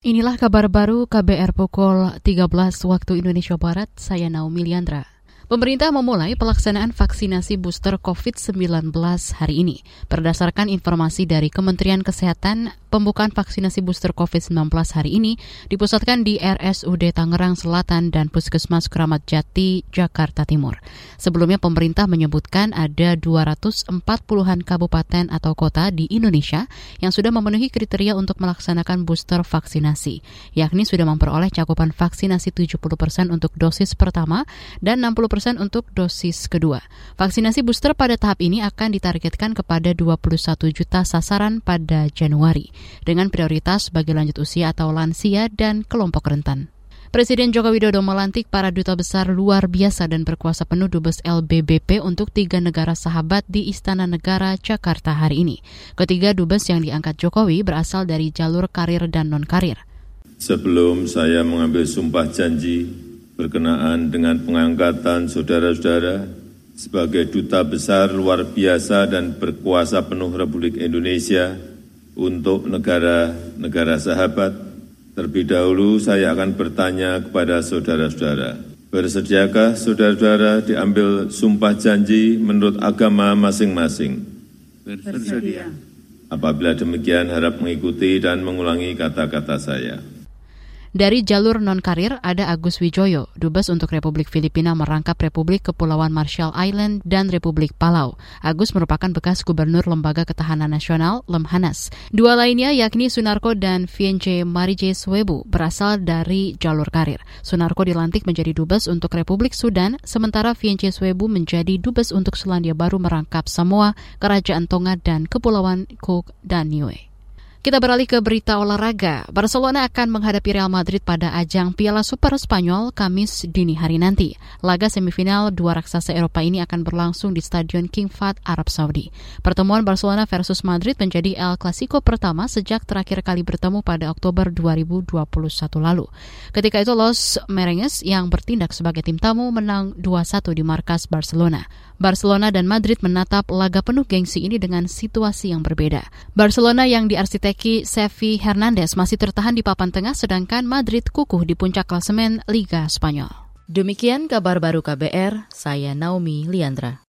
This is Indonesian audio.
Inilah kabar baru KBR pukul 13 waktu Indonesia Barat, saya Naomi Liandra. Pemerintah memulai pelaksanaan vaksinasi booster COVID-19 hari ini. Berdasarkan informasi dari Kementerian Kesehatan, pembukaan vaksinasi booster COVID-19 hari ini dipusatkan di RSUD Tangerang Selatan dan Puskesmas Kramat Jati, Jakarta Timur. Sebelumnya pemerintah menyebutkan ada 240-an kabupaten atau kota di Indonesia yang sudah memenuhi kriteria untuk melaksanakan booster vaksinasi, yakni sudah memperoleh cakupan vaksinasi 70% untuk dosis pertama dan 60% untuk dosis kedua. Vaksinasi booster pada tahap ini akan ditargetkan kepada 21 juta sasaran pada Januari, dengan prioritas bagi lanjut usia atau lansia dan kelompok rentan. Presiden Joko Widodo melantik para duta besar luar biasa dan berkuasa penuh Dubes LBBP untuk 3 negara sahabat di Istana Negara, Jakarta hari ini. Ketiga dubes yang diangkat Jokowi berasal dari jalur karir dan non-karir. Sebelum saya mengambil sumpah janji berkenaan dengan pengangkatan saudara-saudara sebagai duta besar luar biasa dan berkuasa penuh Republik Indonesia untuk negara-negara sahabat, terlebih dahulu saya akan bertanya kepada saudara-saudara, bersediakah saudara-saudara diambil sumpah janji menurut agama masing-masing? Bersedia. Apabila demikian, harap mengikuti dan mengulangi kata-kata saya. Dari jalur non-karir ada Agus Wijoyo, Dubes untuk Republik Filipina merangkap Republik Kepulauan Marshall Island dan Republik Palau. Agus merupakan bekas Gubernur Lembaga Ketahanan Nasional, Lemhanas. Dua lainnya yakni Sunarko dan Fienche Marije Swebu berasal dari jalur karir. Sunarko dilantik menjadi Dubes untuk Republik Sudan, sementara Fienche Swebu menjadi Dubes untuk Selandia Baru merangkap Samoa, Kerajaan Tonga, dan Kepulauan Cook dan Niue. Kita beralih ke berita olahraga. Barcelona akan menghadapi Real Madrid pada ajang Piala Super Spanyol Kamis dini hari nanti. Laga semifinal dua raksasa Eropa ini akan berlangsung di Stadion King Fahd, Arab Saudi. Pertemuan Barcelona versus Madrid menjadi El Clasico pertama sejak terakhir kali bertemu pada Oktober 2021 lalu. Ketika itu Los Merengues yang bertindak sebagai tim tamu menang 2-1 di markas Barcelona. Barcelona dan Madrid menatap laga penuh gengsi ini dengan situasi yang berbeda. Barcelona yang diarsiteki Xavi Hernandez masih tertahan di papan tengah, sedangkan Madrid kukuh di puncak klasemen Liga Spanyol. Demikian kabar baru KBR, saya Naomi Liandra.